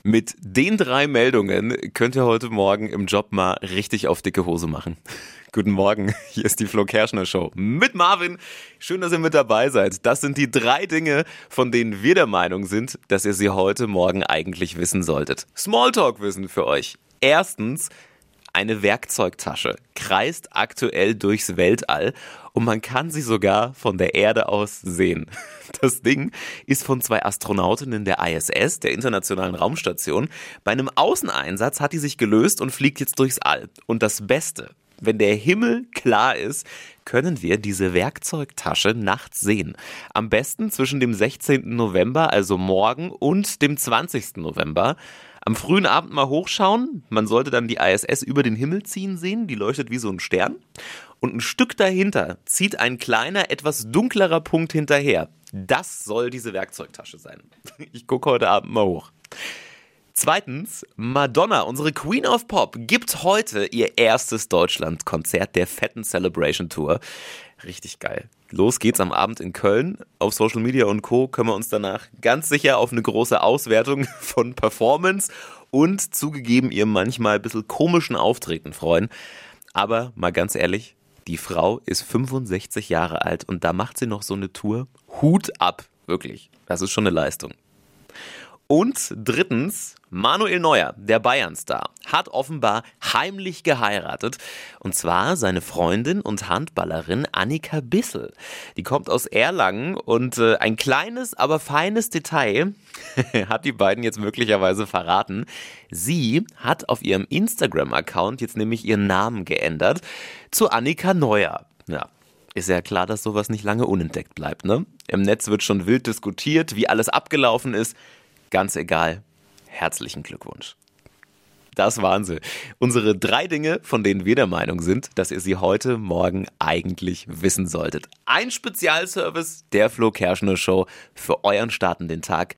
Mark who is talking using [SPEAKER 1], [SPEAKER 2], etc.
[SPEAKER 1] Mit den 3 Meldungen könnt ihr heute Morgen im Job mal richtig auf dicke Hose machen. Guten Morgen, hier ist die Flo Kerschner Show mit Marvin. Schön, dass ihr mit dabei seid. Das sind die 3 Dinge, von denen wir der Meinung sind, dass ihr sie heute Morgen eigentlich wissen solltet. Smalltalk-Wissen für euch. Erstens, eine Werkzeugtasche kreist aktuell durchs Weltall und man kann sie sogar von der Erde aus sehen. Das Ding ist von 2 Astronautinnen der ISS, der Internationalen Raumstation. Bei einem Außeneinsatz hat die sich gelöst und fliegt jetzt durchs All. Und das Beste: Wenn der Himmel klar ist, können wir diese Werkzeugtasche nachts sehen. Am besten zwischen dem 16. November, also morgen, und dem 20. November. Am frühen Abend mal hochschauen. Man sollte dann die ISS über den Himmel ziehen sehen. Die leuchtet wie so ein Stern. Und ein Stück dahinter zieht ein kleiner, etwas dunklerer Punkt hinterher. Das soll diese Werkzeugtasche sein. Ich gucke heute Abend mal hoch. Zweitens, Madonna, unsere Queen of Pop, gibt heute ihr erstes Deutschland-Konzert der fetten Celebration Tour. Richtig geil. Los geht's am Abend in Köln. Auf Social Media und Co. können wir uns danach ganz sicher auf eine große Auswertung von Performance und zugegeben ihr manchmal ein bisschen komischen Auftreten freuen. Aber mal ganz ehrlich, die Frau ist 65 Jahre alt und da macht sie noch so eine Tour. Hut ab, wirklich. Das ist schon eine Leistung. Und drittens, Manuel Neuer, der Bayern-Star, hat offenbar heimlich geheiratet. Und zwar seine Freundin und Handballerin Annika Bissel. Die kommt aus Erlangen und ein kleines, aber feines Detail hat die beiden jetzt möglicherweise verraten. Sie hat auf ihrem Instagram-Account jetzt nämlich ihren Namen geändert zu Annika Neuer. Ja. Ist ja klar, dass sowas nicht lange unentdeckt bleibt, ne? Im Netz wird schon wild diskutiert, wie alles abgelaufen ist. Ganz egal, herzlichen Glückwunsch. Das waren sie. Unsere 3 Dinge, von denen wir der Meinung sind, dass ihr sie heute Morgen eigentlich wissen solltet. Ein Spezialservice der Flo Kerschner Show für euren Start in den Tag.